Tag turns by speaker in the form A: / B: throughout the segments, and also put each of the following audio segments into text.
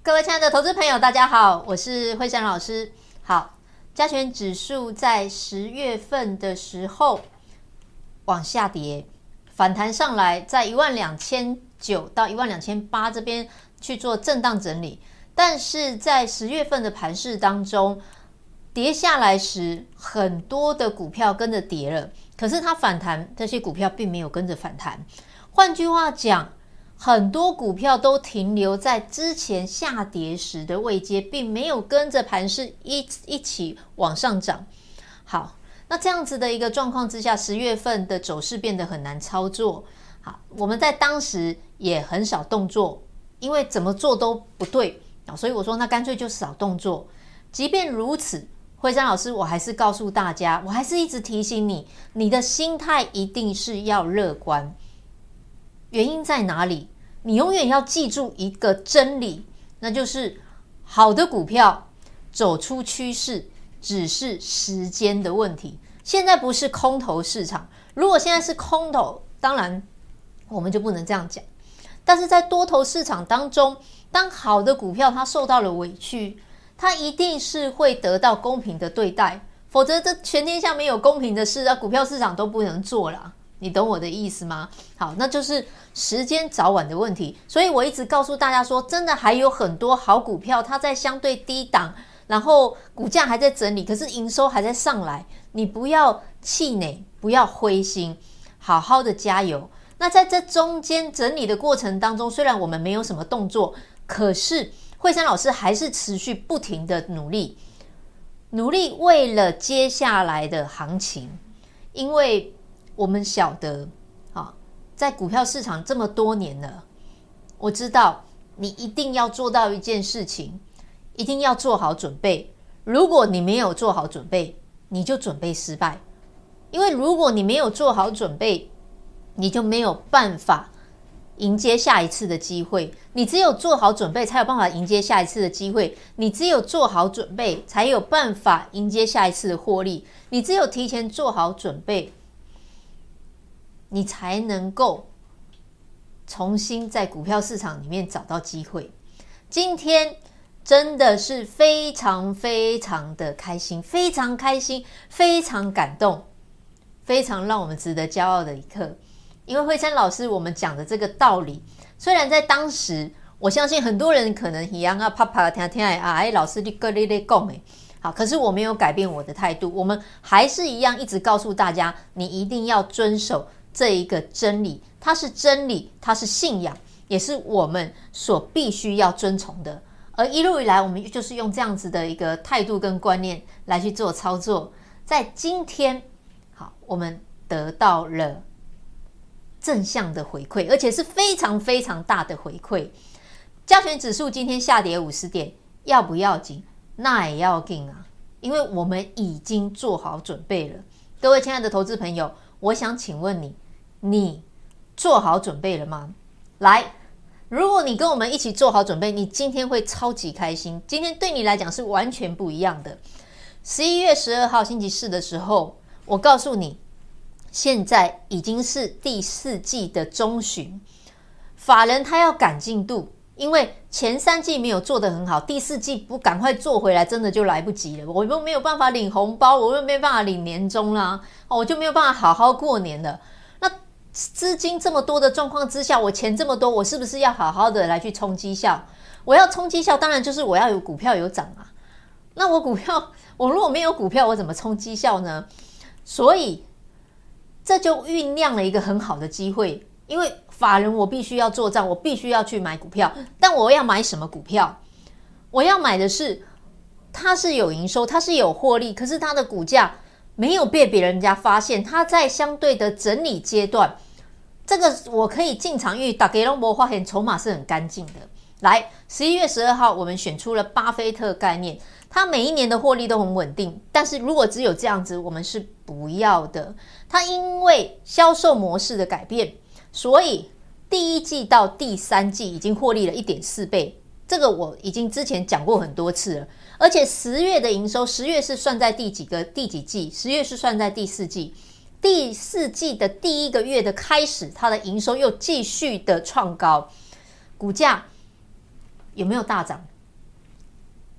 A: 各位亲爱的投资朋友，大家好，我是惠珊老师。好，加权指数在10月份的时候往下跌，反弹上来，在12900到12800这边去做震荡整理，但是在10月份的盘势当中，跌下来时，很多的股票跟着跌了，可是它反弹，这些股票并没有跟着反弹。换句话讲，很多股票都停留在之前下跌时的位阶，并没有跟着盘势一起往上涨。好，那这样子的一个状况之下，10月份的走势变得很难操作。好，我们在当时也很少动作，因为怎么做都不对，所以我说那干脆就少动作。即便如此，惠珊老师我还是告诉大家，我还是一直提醒你，你的心态一定是要乐观。原因在哪里？你永远要记住一个真理，那就是好的股票走出趋势只是时间的问题。现在不是空头市场，如果现在是空头，当然我们就不能这样讲。但是在多头市场当中，当好的股票它受到了委屈，它一定是会得到公平的对待，否则这全天下没有公平的事，股票市场都不能做了。你懂我的意思吗？好，那就是时间早晚的问题。所以我一直告诉大家说，真的还有很多好股票，它在相对低档，然后股价还在整理，可是营收还在上来。你不要气馁，不要灰心，好好的加油。那在这中间整理的过程当中，虽然我们没有什么动作，可是惠珊老师还是持续不停的努力为了接下来的行情。因为我们晓得在股票市场这么多年了，我知道你一定要做到一件事情，一定要做好准备。如果你没有做好准备，你就准备失败。因为如果你没有做好准备，你就没有办法迎接下一次的机会。你只有做好准备，才有办法迎接下一次的机会。你只有做好准备，才有办法迎接下一次的获利。你只有提前做好准备，你才能够重新在股票市场里面找到机会。今天真的是非常非常的开心，非常开心，非常感动，非常让我们值得骄傲的一刻。因为惠珊老师我们讲的这个道理，虽然在当时我相信很多人可能一样啪啪听听老师你跟你在讲好，可是我没有改变我的态度，我们还是一样一直告诉大家，你一定要遵守这一个真理，它是真理，它是信仰，也是我们所必须要遵从的。而一路以来，我们就是用这样子的一个态度跟观念来去做操作。在今天，好，我们得到了正向的回馈，而且是非常非常大的回馈。加权指数今天下跌50点，要不要紧？那也要紧啊，因为我们已经做好准备了。各位亲爱的投资朋友，我想请问你，你做好准备了吗？来，如果你跟我们一起做好准备，你今天会超级开心。今天对你来讲是完全不一样的。11月12号星期四的时候，我告诉你，现在已经是第4季的中旬，法人他要赶进度，因为前3季没有做得很好，第4季不赶快做回来，真的就来不及了。我又没有办法领红包，我又没有办法领年终啦，我就没有办法好好过年了。那资金这么多的状况之下，我钱这么多，我是不是要好好的来去冲绩效？我要冲绩效，当然就是我要有股票有涨啊。那我如果没有股票，我怎么冲绩效呢？所以这就酝酿了一个很好的机会，因为法人我必须要做账，我必须要去买股票。但我要买什么股票？我要买的是它是有营收，它是有获利，可是它的股价没有被别人家发现，它在相对的整理阶段，这个我可以进场，因为大家都没有发现筹码是很干净的。来，11月12号我们选出了巴菲特概念，它每一年的获利都很稳定，但是如果只有这样子，我们是不要的。它因为销售模式的改变，所以第1季到第3季已经获利了 1.4 倍，这个我已经之前讲过很多次了。而且10月的营收，10月是算在第几季？10月是算在第4季，第4季的第1个月的开始，它的营收又继续的创高，股价有没有大涨？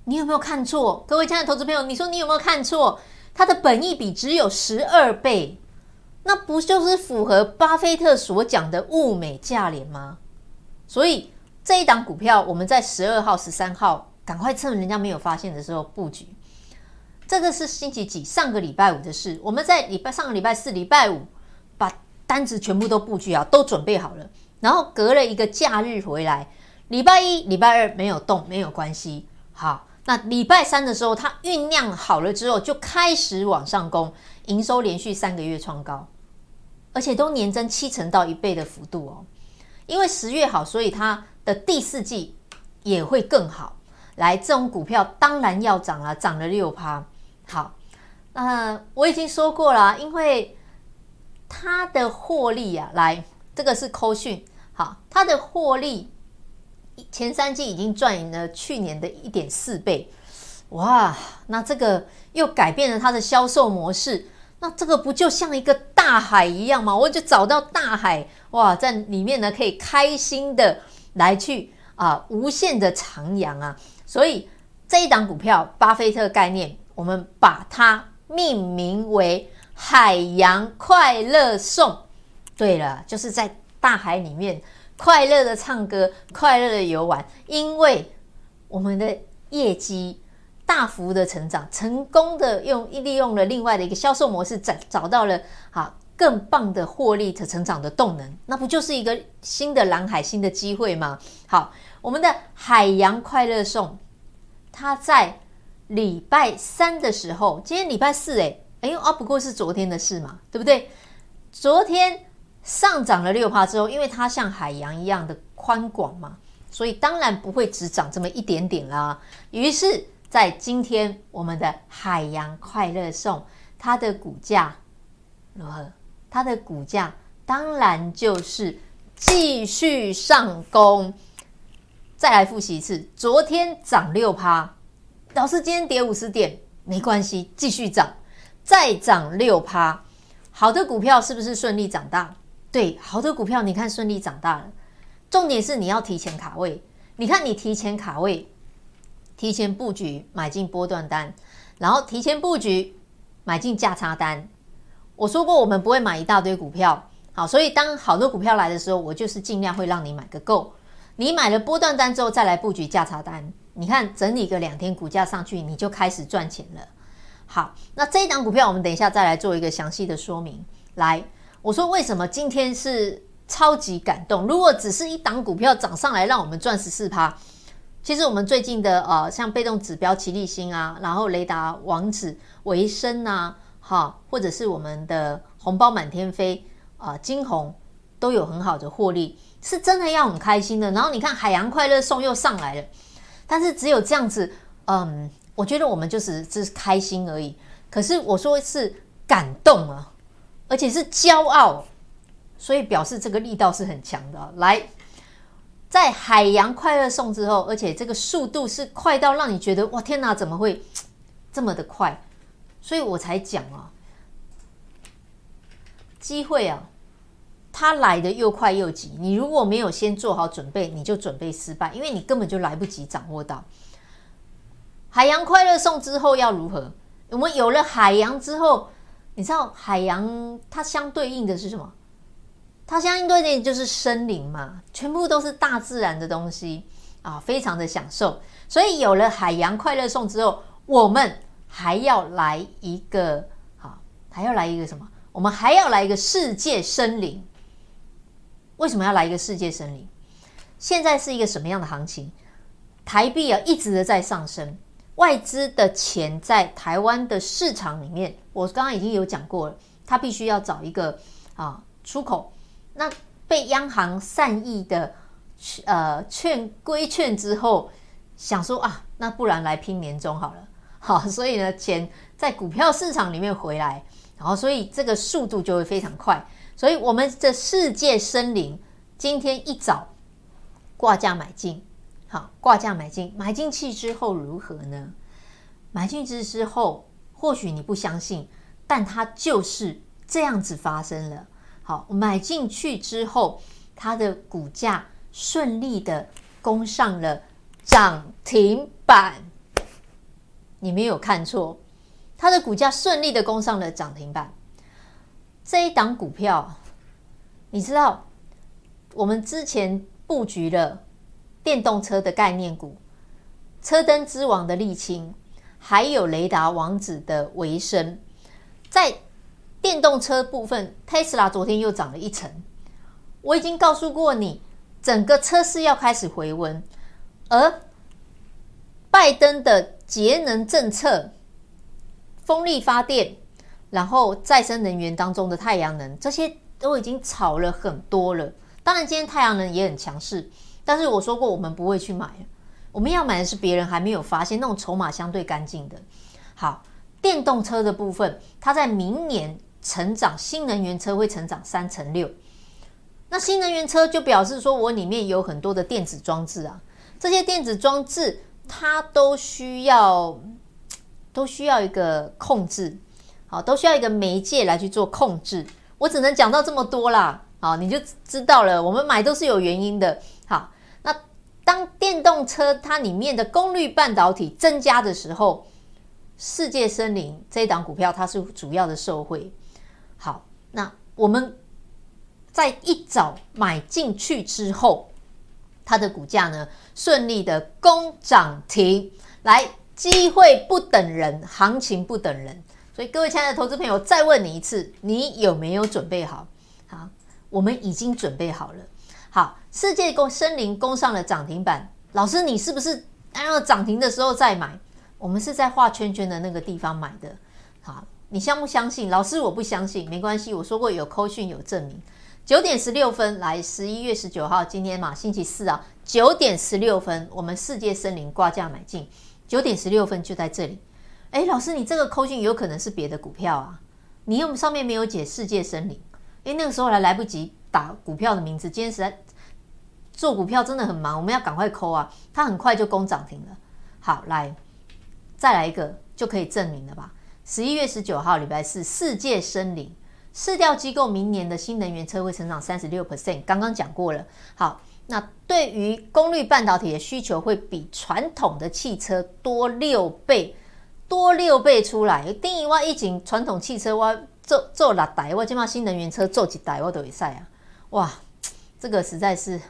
A: 你有没有看错？各位亲爱的投资朋友，你说你有没有看错？它的本益比只有12倍，那不就是符合巴菲特所讲的物美价廉吗？所以这一档股票，我们在12号、13号赶快趁人家没有发现的时候布局。这个是星期几？上个礼拜五的事。我们在上个礼拜四、礼拜五把单子全部都布局好，都准备好了。然后隔了一个假日回来，礼拜一、礼拜二没有动，没有关系。好，那礼拜三的时候，它酝酿好了之后，就开始往上攻，营收连续3个月创高，而且都年增70%到1倍的幅度哦。因为10月好，所以它的第4季也会更好。来，这种股票当然要涨了，涨了6%。好，那我已经说过了，因为它的获利啊，来，这个是扣讯，好，它的获利前3季已经赚赢了去年的1.4倍，哇，那这个又改变了它的销售模式，那这个不就像一个大海一样吗？我就找到大海，哇，在里面呢可以开心的来去无限的徜徉啊，所以这一档股票巴菲特概念，我们把它命名为海洋快乐颂。对了，就是在大海里面快乐的唱歌，快乐的游玩，因为我们的业绩大幅的成长，成功的利用了另外的一个销售模式，找到了更棒的获利的成长的动能，那不就是一个新的蓝海、新的机会吗？好，我们的海洋快乐颂，它在礼拜三的时候，今天礼拜四不过是昨天的事嘛，对不对？昨天上涨了6%之后，因为它像海洋一样的宽广嘛，所以当然不会只涨这么一点点啦。于是在今天，我们的海洋快乐颂，它的股价如何？它的股价当然就是继续上攻。再来复习一次，昨天涨6%，老师今天跌50点，没关系，继续涨，再涨6%。好的股票是不是顺利长大？对，好的股票你看顺利长大了。重点是你要提前卡位，你看你提前卡位，提前布局买进波段单，然后提前布局买进价差单。我说过我们不会买一大堆股票，好，所以当好多股票来的时候，我就是尽量会让你买个够。你买了波段单之后再来布局价差单，你看整理个2天股价上去，你就开始赚钱了。好，那这一档股票我们等一下再来做一个详细的说明。来，我说为什么今天是超级感动，如果只是一档股票涨上来让我们赚14%，其实我们最近的像被动指标奇力新啊，然后雷达王子维生啊，或者是我们的红包满天飞金红都有很好的获利，是真的要很开心的。然后你看海洋快乐颂又上来了，但是只有这样子，我觉得我们就是开心而已。可是我说是感动啊，而且是骄傲，所以表示这个力道是很强的。来，在海洋快乐颂之后，而且这个速度是快到让你觉得哇天哪，怎么会这么的快？所以我才讲机会它来的又快又急，你如果没有先做好准备，你就准备失败，因为你根本就来不及掌握到。海洋快乐颂之后要如何？我们有了海洋之后，你知道海洋它相对应的是什么？它相对应的就是森林嘛，全部都是大自然的东西非常的享受。所以有了海洋快乐颂之后，我们还要来一个什么？我们还要来一个世界森林。为什么要来一个世界森林？现在是一个什么样的行情？台币一直的在上升，外资的钱在台湾的市场里面，我刚刚已经有讲过了，它必须要找一个出口。那被央行善意的规劝之后，想说那不然来拼年终好了。好，所以呢，钱在股票市场里面回来，然后所以这个速度就会非常快。所以我们的世界森林今天一早挂价买进，好，挂价买进，买进去之后如何呢？买进去之后，或许你不相信，但它就是这样子发生了。好，买进去之后，它的股价顺利的攻上了涨停板。 你没有看错，它的股价顺利的攻上了涨停板。这一档股票，你知道我们之前布局了电动车的概念股，车灯之王的沥青，还有雷达王子的微升。在电动车部分 Tesla 昨天又涨了1成。我已经告诉过你，整个车市要开始回温，而拜登的节能政策、风力发电，然后再生能源当中的太阳能，这些都已经炒了很多了。当然今天太阳能也很强势，但是我说过我们不会去买，我们要买的是别人还没有发现那种筹码相对干净的。好，电动车的部分，它在明年成长，新能源车会成长3%-6%。那新能源车就表示说我里面有很多的电子装置啊，这些电子装置它都需要一个控制，好，都需要一个媒介来去做控制。我只能讲到这么多啦，好，你就知道了，我们买都是有原因的。好，那当电动车它里面的功率半导体增加的时候，世界森林这一档股票它是主要的受惠。好，那我们在一早买进去之后，它的股价呢顺利的攻涨停。来，机会不等人，行情不等人，所以各位亲爱的投资朋友，再问你一次，你有没有准备好？好，我们已经准备好了。好，世界森林攻上了涨停板，老师你是不是按照涨停的时候再买？我们是在画圈圈的那个地方买的。好，你相不相信？老师我不相信，没关系，我说过有扣讯有证明。9点16分，来11月19号，今天嘛，星期四啊，9点16分，我们世界森林挂价买进，9点16分就在这里。哎，老师，你这个扣讯有可能是别的股票啊？你用上面没有解世界森林，哎，那个时候还来不及打股票的名字，今天实在做股票真的很忙，我们要赶快扣啊，它很快就攻涨停了。好，来再来一个就可以证明了吧？11月19号，礼拜四，世界森林。市调机构明年的新能源车会成长36%，刚刚讲过了。好，那对于功率半导体的需求会比传统的汽车多6倍，多6倍出来。等于我以前传统汽车我做6台，我现在新能源车做1台我都可以啊！哇，这个实在是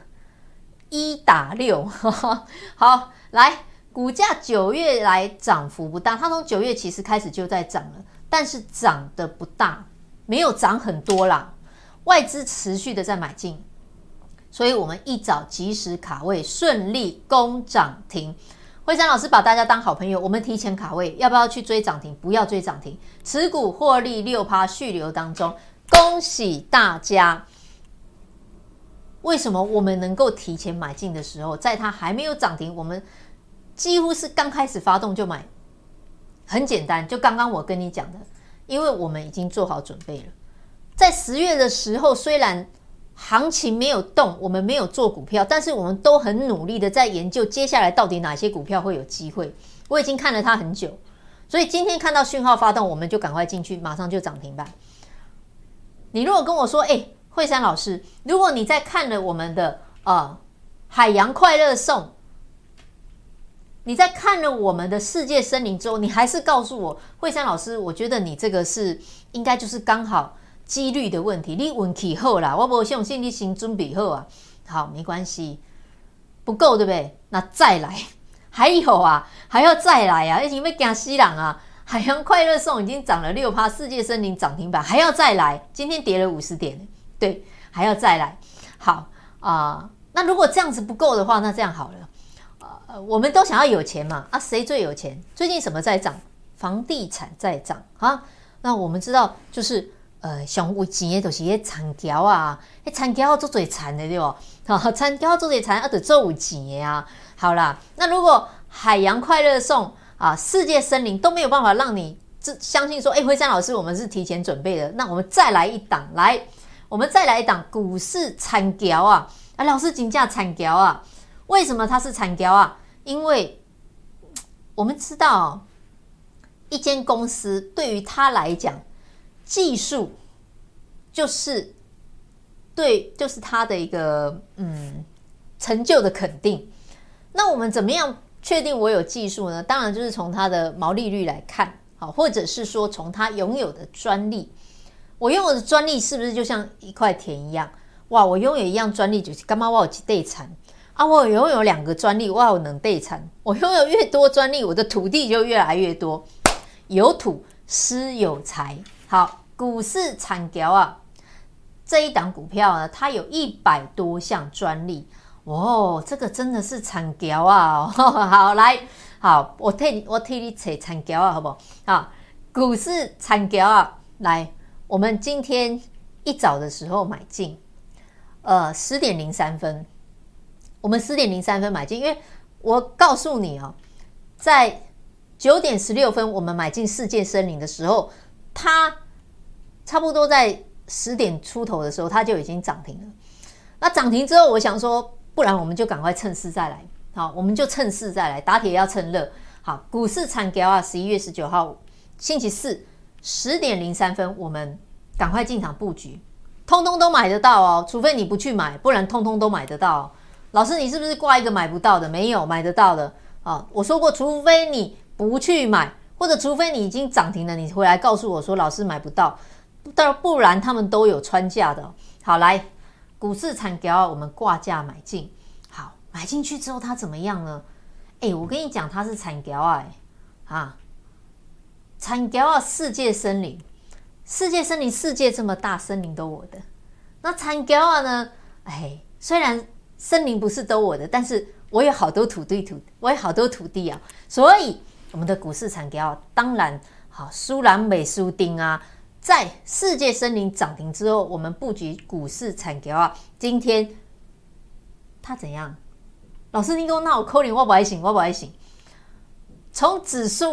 A: 1打6。好，来，股价9月来涨幅不大，它从9月其实开始就在涨了，但是涨得不大。没有涨很多啦，外资持续的在买进，所以我们一早及时卡位，顺利攻涨停。惠珊老师把大家当好朋友，我们提前卡位，要不要去追涨停？不要追涨停，持股获利6%续流当中，恭喜大家！为什么我们能够提前买进的时候，在它还没有涨停，我们几乎是刚开始发动就买？很简单，就刚刚我跟你讲的。因为我们已经做好准备了，在10月的时候，虽然行情没有动，我们没有做股票，但是我们都很努力的在研究接下来到底哪些股票会有机会。我已经看了它很久，所以今天看到讯号发动，我们就赶快进去，马上就涨停板。你如果跟我说，惠珊老师，如果你在看了我们的海洋快乐颂，你在看了我们的世界森林之后，你还是告诉我，惠珊老师，我觉得你这个是应该就是刚好几率的问题，你运气好啦，我不相信你先准备好啊。好，没关系，不够对不对？那再来，还有啊，还要再来啊，已经被惊死人啊！海洋快乐颂已经涨了6%，世界森林涨停板还要再来，今天跌了50点，对，还要再来。好那如果这样子不够的话，那这样好了。我们都想要有钱嘛，谁最有钱？最近什么在涨？房地产在涨啊。那我们知道，就是上有钱的就是那田桥啊，那田桥做最惨的对不？田桥做最惨，就做有钱的啊。好啦，那如果海洋快乐颂世界森林都没有办法让你相信说，惠珊老师，我们是提前准备的，那我们再来一档，我们再来一档股市田桥啊，老师真的田桥啊。为什么它是产条啊？因为我们知道一间公司对于它来讲，技术就是它的一个成就的肯定。那我们怎么样确定我有技术呢？当然就是从它的毛利率来看，好，或者是说从它拥有的专利。我拥有的专利是不是就像一块田一样？哇，我拥有一样专利就是干嘛我有一地产啊？我拥有2个专利，哇，我能地产。我拥有越多专利，我的土地就越来越多。有土施有财。好，股市产条啊，这一档股票呢，它有100多项专利。哦，这个真的是产条啊！好，来，好，我替你找产条啊，好不好？好，股市产条啊，来，我们今天一早的时候买进，10点03分，我们10点03分买进，因为我告诉你哦，在9点16分我们买进世界森林的时候，它差不多在10点出头的时候，它就已经涨停了。那涨停之后，我想说，不然我们就赶快趁势再来。好，我们就趁势再来，打铁要趁热。好，股市产条啊，11月19号星期四10点03分，我们赶快进场布局，通通都买得到哦，除非你不去买，不然通通都买得到哦。老师，你是不是挂一个买不到的？没有，买得到的啊。我说过，除非你不去买，或者除非你已经涨停了，你回来告诉我说老师买不到，不然他们都有穿价的。好，来，股市产条我们挂价买进，好，买进去之后它怎么样呢？我跟你讲，它是产条产条啊，世界森林，世界这么大，森林都我的。那产条啊呢？虽然森林不是都我的，但是我有好多土地啊，所以我们的股市产条当然好，输人不输阵啊。在世界森林涨停之后，我们布局股市产条啊，今天它怎样？老师，你给我闹扣脸，我不爱醒。从指数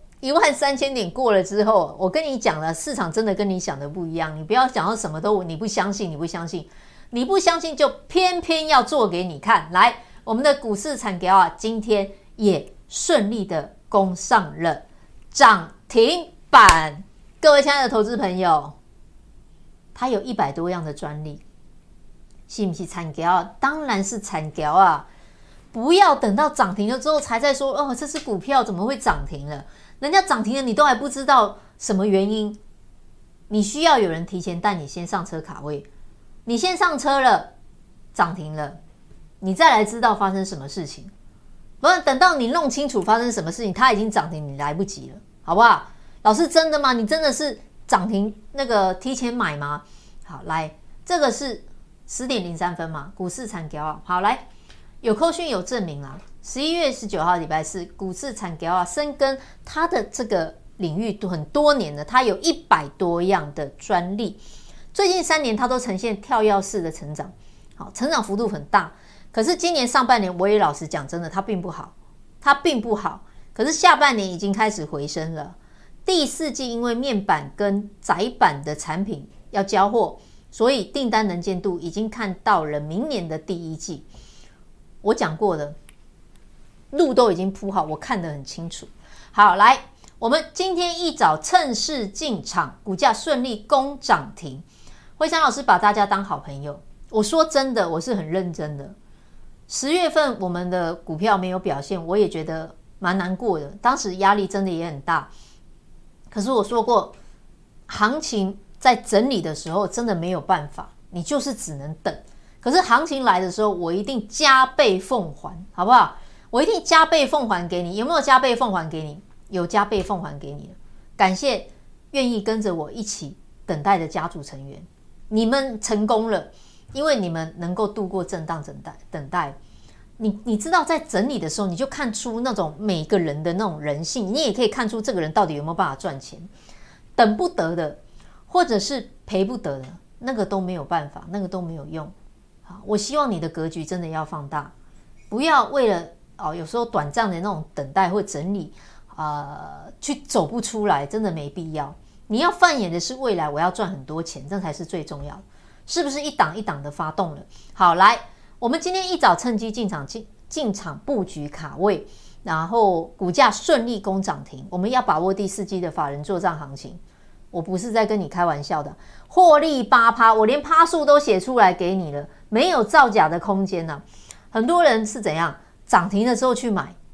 A: 13000点过了之后，我跟你讲了，市场真的跟你想的不一样。你不要讲到什么都你不相信就偏偏要做给你看。来，我们的股市产条啊，今天也顺利的攻上了涨停板。各位亲爱的投资朋友，它有100多样的专利，是不是产条？当然是产条啊！不要等到涨停了之后才在说这只股票怎么会涨停了？人家涨停了，你都还不知道什么原因，你需要有人提前带你先上车卡位，你先上车了，涨停了，你再来知道发生什么事情。不然等到你弄清楚发生什么事情，它已经涨停，你来不及了，好不好？老师，真的吗？你真的是涨停那个提前买吗？好，来，这个是10点03分嘛，股市产条啊。好，来，有扣讯有证明啦。11月19号礼拜四，股市产条啊，深耕它的这个领域很多年了，它有100多样的专利，最近3年它都呈现跳跃式的成长，好，成长幅度很大。可是今年上半年，我也老实讲，真的它并不好。可是下半年已经开始回升了。第4季因为面板跟载板的产品要交货，所以订单能见度已经看到了明年的第1季。我讲过的路都已经铺好，我看得很清楚。好，来，我们今天一早趁势进场，股价顺利攻涨停。慧珊老师把大家当好朋友，我说真的，我是很认真的。10月份我们的股票没有表现，我也觉得蛮难过的，当时压力真的也很大。可是我说过，行情在整理的时候真的没有办法，你就是只能等。可是行情来的时候，我一定加倍奉还，好不好？我一定加倍奉还给你。有没有加倍奉还给你？有加倍奉还给你了。感谢愿意跟着我一起等待的家族成员，你们成功了，因为你们能够度过震荡等待。你知道在整理的时候，你就看出那种每个人的那种人性，你也可以看出这个人到底有没有办法赚钱。等不得的，或者是赔不得的，那个都没有办法，那个都没有用。好，我希望你的格局真的要放大，不要为了有时候短暂的那种等待或整理去走不出来，真的没必要。你要扮演的是未来我要赚很多钱，这才是最重要的。是不是一档一档的发动了？好，来，我们今天一早趁机进场布局卡位，然后股价顺利攻涨停。我们要把握第4季的法人作账行情，我不是在跟你开玩笑的。获利8%，我连趴数都写出来给你了，没有造假的空间啊。很多人是怎样涨停的时候去买，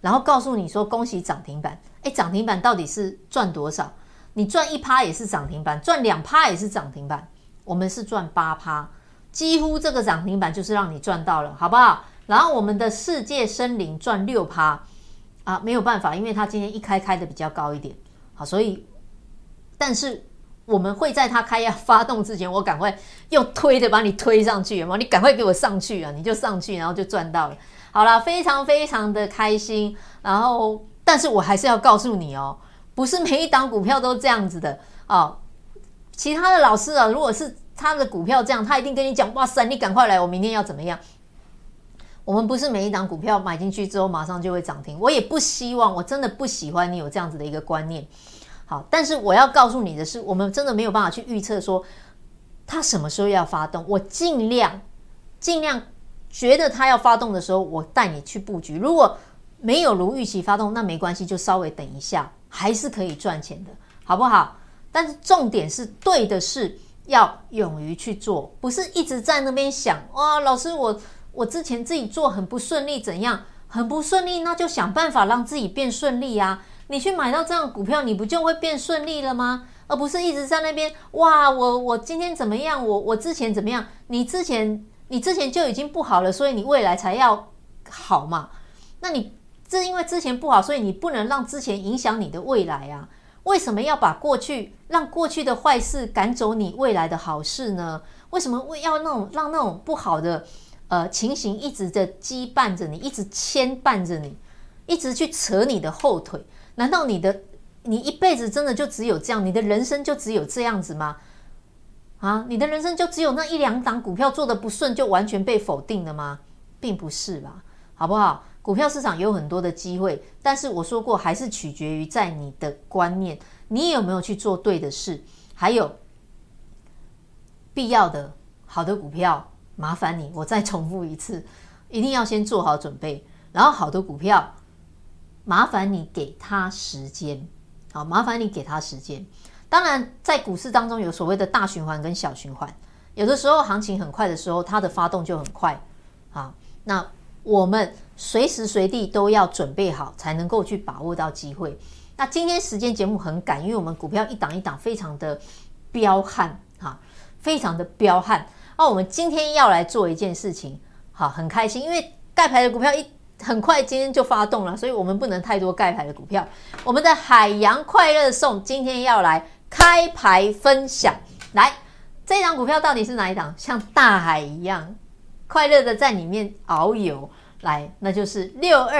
A: 然后告诉你说恭喜涨停板。涨停板到底是赚多少？你赚1%也是涨停板，赚2%也是涨停板，我们是赚8%，几乎这个涨停板就是让你赚到了，好不好？然后我们的世界森林赚6%啊，没有办法，因为它今天一开的比较高一点，好，所以但是我们会在它开要发动之前，我赶快用推的把你推上去，有没有？你赶快给我上去啊，你就上去，然后就赚到了。好啦，非常非常的开心。然后，但是我还是要告诉你哦，不是每一档股票都这样子的哦。其他的老师啊，如果是他的股票这样，他一定跟你讲，哇塞，你赶快来，我明天要怎么样？我们不是每一档股票买进去之后马上就会涨停，我也不希望，我真的不喜欢你有这样子的一个观念。好，但是我要告诉你的是，我们真的没有办法去预测说它什么时候要发动。我尽量觉得它要发动的时候，我带你去布局。如果没有如预期发动，那没关系，就稍微等一下，还是可以赚钱的，好不好？但是重点是对的事要勇于去做，不是一直在那边想，哇，老师我之前自己做很不顺利，怎样？很不顺利，那就想办法让自己变顺利啊。你去买到这样的股票，你不就会变顺利了吗？而不是一直在那边，哇，我今天怎么样？我之前怎么样？你之前就已经不好了，所以你未来才要好嘛？那你是因为之前不好，所以你不能让之前影响你的未来啊？为什么要把让过去的坏事赶走你未来的好事呢？为什么要让那种不好的情形一直的羁绊着你，一直牵绊着你，一直去扯你的后腿？难道你一辈子真的就只有这样？你的人生就只有这样子吗？啊，你的人生就只有那1-2档股票做得不顺就完全被否定了吗？并不是吧，好不好？股票市场有很多的机会，但是我说过，还是取决于在你的观念，你有没有去做对的事，还有必要的好的股票，麻烦你，我再重复一次，一定要先做好准备。然后好的股票，麻烦你给他时间，好，麻烦你给他时间。当然，在股市当中有所谓的大循环跟小循环，有的时候行情很快的时候，它的发动就很快，好，那我们随时随地都要准备好，才能够去把握到机会。那今天时间节目很赶，因为我们股票一档一档非常的彪悍，非常的彪悍。我们今天要来做一件事情，好，很开心，因为盖牌的股票很快今天就发动了，所以我们不能太多盖牌的股票。我们的海洋快乐颂今天要来开牌分享，来，这一档股票到底是哪一档？像大海一样快乐的在里面遨游，来，那就是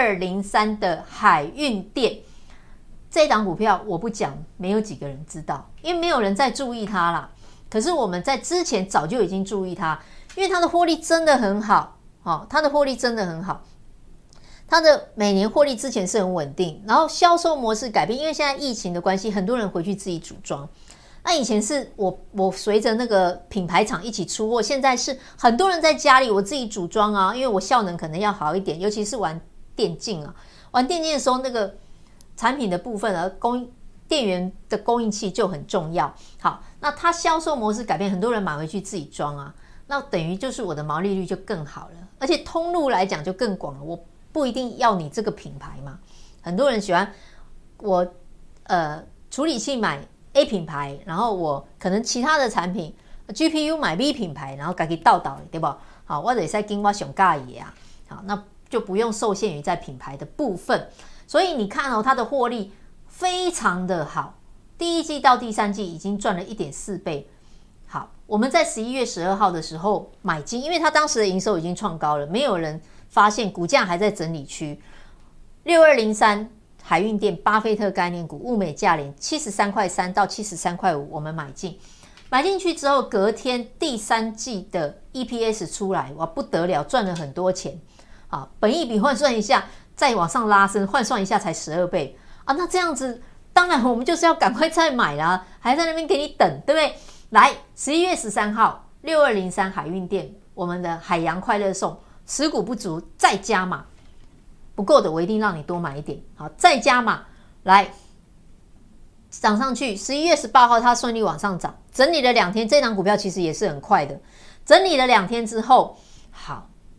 A: 6203的海运电。这一档股票我不讲，没有几个人知道，因为没有人在注意它啦。可是我们在之前早就已经注意它，因为它的获利真的很好，它的获利真的很好。它的每年获利之前是很稳定，然后销售模式改变，因为现在疫情的关系，很多人回去自己组装。那以前是我随着那个品牌厂一起出货，现在是很多人在家里我自己组装啊，因为我效能可能要好一点，尤其是玩电竞啊，玩电竞的时候那个产品的部分啊，电源的供应器就很重要。好，那它销售模式改变，很多人买回去自己装啊，那等于就是我的毛利率就更好了，而且通路来讲就更广了。我不一定要你这个品牌嘛，很多人喜欢我处理器买 A 品牌，然后我可能其他的产品 GPU 买 B 品牌，然后自己倒对不？好，我就可以跟我上介意的啊，好，那就不用受限于在品牌的部分。所以你看它的获利非常的好，第一季到第三季已经赚了 1.4 倍。好，我们在11月12号的时候买进，因为它当时的营收已经创高了，没有人发现，股价还在整理区。6203海运电巴菲特概念股物美价廉73.3块到73.5块，我们买进去之后，隔天第三季的 EPS 出来，哇，不得了，赚了很多钱啊！本益比换算一下，再往上拉升，换算一下才12倍啊！那这样子，当然我们就是要赶快再买啦，还在那边给你等，对不对？来，11月13号6203海运电，我们的海洋快乐颂。持股不足再加码，不够的我一定让你多买一点。好，再加码，来涨上去。11月18号它顺利往上涨，整理了2天，这档股票其实也是很快的。整理了2天之后，好，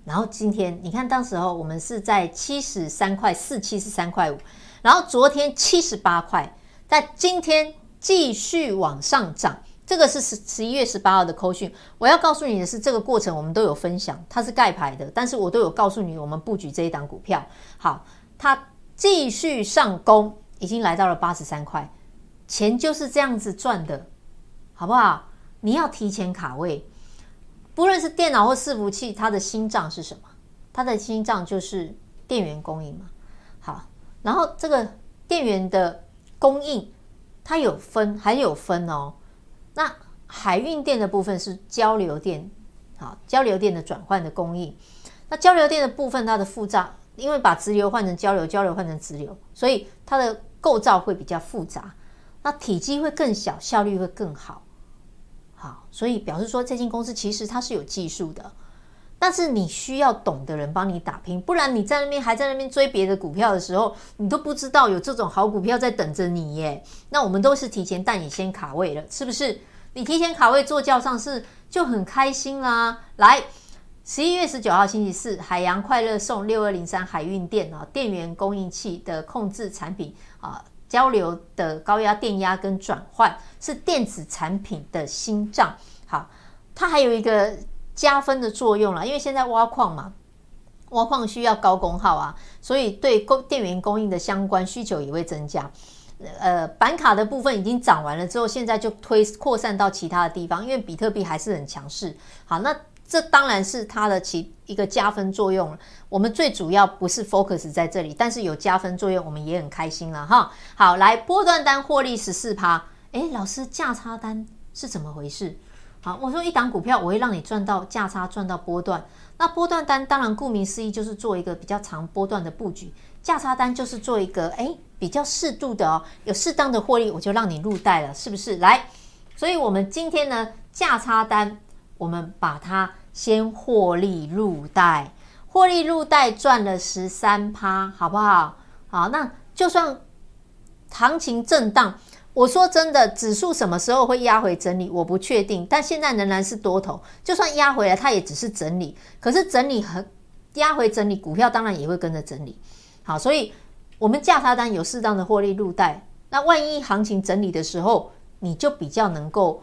A: 然后今天你看，当时候我们是在73块4、73块5，然后昨天78块，在今天继续往上涨。这个是11月18号的扣讯。我要告诉你的是，这个过程我们都有分享，它是盖牌的，但是我都有告诉你我们布局这一档股票。好，它继续上攻，已经来到了83块，钱就是这样子赚的，好不好？你要提前卡位。不论是电脑或伺服器，它的心脏是什么？它的心脏就是电源供应嘛。好，然后这个电源的供应，它还有分哦。那海运电的部分是交流电，好，交流电的转换的供应。那交流电的部分，它的复杂，因为把直流换成交流，交流换成直流，所以它的构造会比较复杂，那体积会更小，效率会更好。好，所以表示说这间公司其实它是有技术的，但是你需要懂的人帮你打拼，不然你在那边还在那边追别的股票的时候，你都不知道有这种好股票在等着你耶。那我们都是提前带你先卡位了，是不是？你提前卡位做轿上市就很开心啦。来，11月19号星期四，海洋快乐送6203海运电电源供应器的控制产品交流的高压电压跟转换是电子产品的心脏。好，它还有一个加分的作用啦，因为现在挖矿嘛，挖矿需要高功耗啊，所以对电源供应的相关需求也会增加。板卡的部分已经涨完了之后，现在就扩散到其他的地方，因为比特币还是很强势。好，那这当然是它的一个加分作用了。我们最主要不是 focus 在这里，但是有加分作用，我们也很开心了哈。好，来波段单获利14%。老师价差单是怎么回事？好，我说一档股票我会让你赚到价差，赚到波段。那波段单当然顾名思义就是做一个比较长波段的布局，价差单就是做一个比较适度的有适当的获利我就让你入袋了，是不是？来，所以我们今天呢价差单我们把它先获利入袋，获利入袋赚了13%，好不好？好，那就算行情震荡，我说真的，指数什么时候会压回整理我不确定，但现在仍然是多头，就算压回来它也只是整理，可是整理压回整理，股票当然也会跟着整理。好，所以我们价差单有适当的获利入袋，那万一行情整理的时候，你就比较能够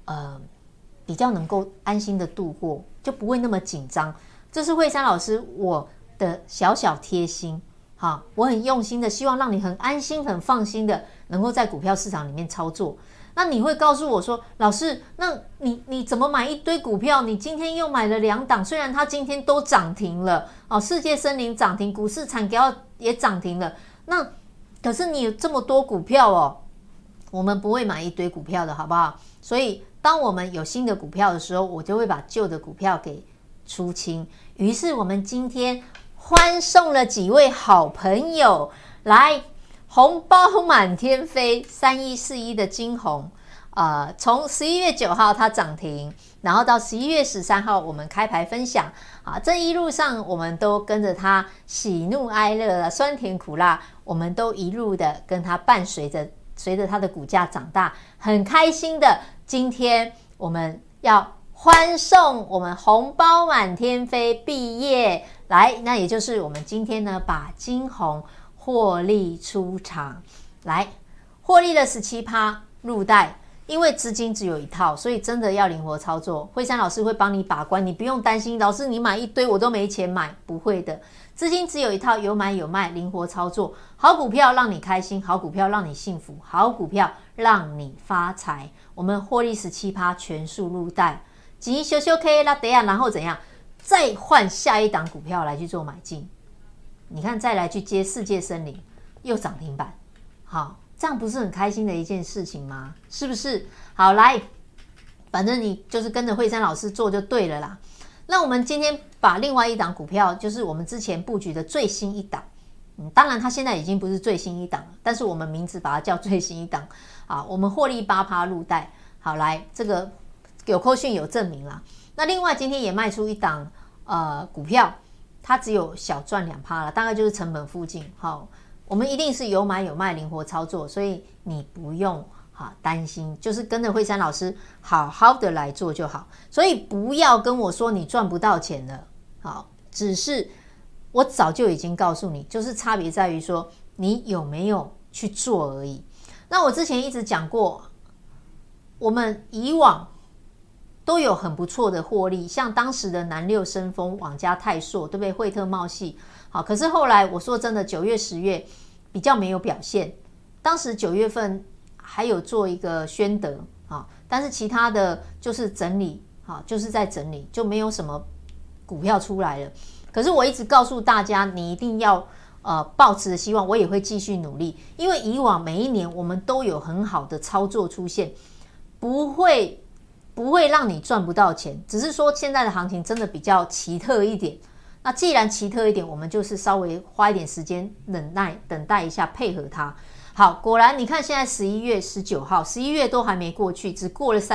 A: 安心的度过，就不会那么紧张。这是惠珊老师我的小小贴心，好，我很用心的希望让你很安心很放心的能够在股票市场里面操作。那你会告诉我说，老师，那你怎么买一堆股票？你今天又买了2档，虽然它今天都涨停了世界森林涨停，股市产给也涨停了，那可是你有这么多股票我们不会买一堆股票的，好不好？所以当我们有新的股票的时候，我就会把旧的股票给出清。于是我们今天欢送了几位好朋友，来，红包满天飞，3141的金红，从11月9号它涨停，然后到11月13号我们开牌分享，这一路上我们都跟着它喜怒哀乐酸甜苦辣，我们都一路的跟它伴随着它的股价长大，很开心的。今天我们要欢送我们红包满天飞毕业，来，那也就是我们今天呢把金红获利出场，来获利了17%入袋。因为资金只有一套，所以真的要灵活操作。惠珊老师会帮你把关，你不用担心老师你买一堆我都没钱买，不会的，资金只有一套，有买有卖，灵活操作。好股票让你开心，好股票让你幸福，好股票让你发财。我们获利17%全数入袋，钱修修 K 啦，等一下然后怎样？再换下一档股票来去做买进。你看，再来去接世界森林，又涨停板，好。这样不是很开心的一件事情吗？是不是？好，来，反正你就是跟着惠珊老师做就对了啦。那我们今天把另外一档股票，就是我们之前布局的最新一档，当然它现在已经不是最新一档了，但是我们名字把它叫最新一档。我们获利8%入袋。好，来，这个有扣讯有证明啦。那另外今天也卖出一档股票，它只有小赚2%了，大概就是成本附近。好。我们一定是有买有卖，灵活操作，所以你不用担心，就是跟着惠珊老师好好的来做就好。所以不要跟我说你赚不到钱了，好， 只是我早就已经告诉你，就是差别在于说你有没有去做而已。那我之前一直讲过，我们以往都有很不错的获利，像当时的南六升丰、网家泰硕，对不对？惠特茂系，好，可是后来我说真的，9月、10月比较没有表现。当时9月份还有做一个宣德啊，但是其他的就是整理啊，就是在整理，就没有什么股票出来了。可是我一直告诉大家，你一定要抱持的希望，我也会继续努力，因为以往每一年我们都有很好的操作出现，不会让你赚不到钱，只是说现在的行情真的比较奇特一点。那既然奇特一点，我们就是稍微花一点时间等待一下，配合它。好，果然你看现在11月19号，11月都还没过去，只过了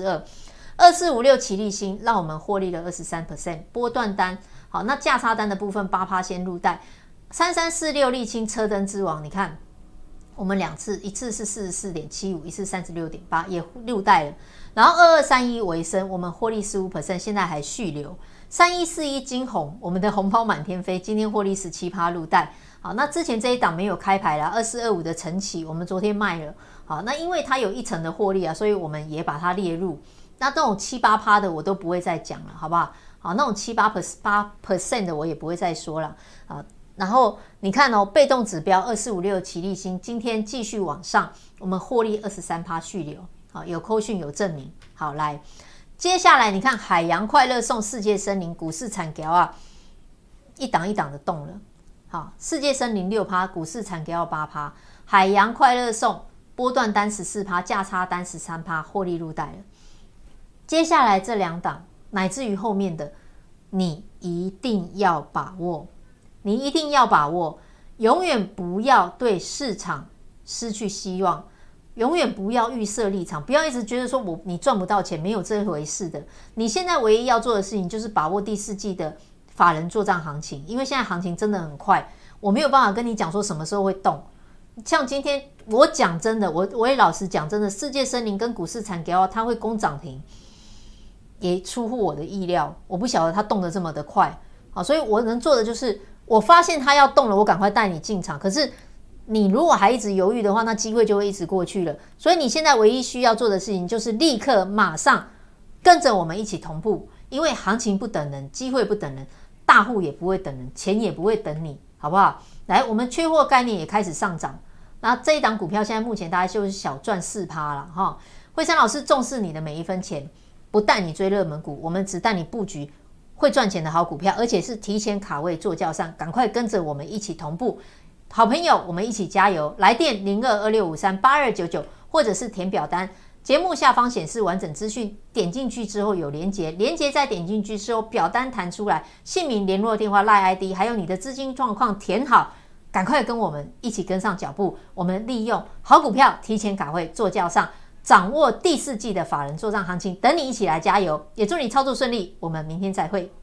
A: 2/3。2456奇力新让我们获利了 23%， 波段单。好，那价差单的部分 8% 先入袋。3346沥青车灯之王，你看我们2次，一次是 44.75， 一次 36.8， 也入袋了。然后2231维生，我们获利 15%， 现在还续留。3141金红，我们的红包满天飞，今天获利 17% 入袋。好，那之前这一档没有开牌啦，2425的晨起，我们昨天卖了。好，那因为它有1成的获利啊，所以我们也把它列入。那这种7-8% 的我都不会再讲了，好不好？好，那种7-8% 的我也不会再说了啊。然后你看哦，被动指标2456奇力新今天继续往上，我们获利 23% 续留。好，有扣讯有证明。好，来，接下来你看海洋快乐送、世界森林、股市惨条啊，一档一档的动了。好，世界森林 6%， 股市惨条 8%， 海洋快乐送波段单 14%， 价差单 13%， 获利入袋了。接下来这2档乃至于后面的，你一定要把握，你一定要把握，永远不要对市场失去希望，永远不要预设立场，不要一直觉得说你赚不到钱，没有这回事的。你现在唯一要做的事情就是把握第4季的法人作账行情，因为现在行情真的很快，我没有办法跟你讲说什么时候会动。像今天我讲真的，我也老实讲真的，世界森林跟股市惨条它会攻涨停，也出乎我的意料，我不晓得它动得这么的快。好，所以我能做的就是我发现它要动了，我赶快带你进场。可是你如果还一直犹豫的话，那机会就会一直过去了。所以你现在唯一需要做的事情就是立刻马上跟着我们一起同步，因为行情不等人，机会不等人，大户也不会等人，钱也不会等你，好不好？来，我们缺货概念也开始上涨，那这一档股票现在目前大概就是小赚 4% 了哈。惠珊老师重视你的每一分钱，不带你追热门股，我们只带你布局会赚钱的好股票，而且是提前卡位坐轿上，赶快跟着我们一起同步。好朋友，我们一起加油！来电0226538299，或者是填表单。节目下方显示完整资讯，点进去之后有连结，连结再点进去之后，表单弹出来，姓名、联络电话、LINE ID， 还有你的资金状况填好，赶快跟我们一起跟上脚步。我们利用好股票提前卡位坐轿上，掌握第4季的法人作账行情，等你一起来加油。也祝你操作顺利，我们明天再会。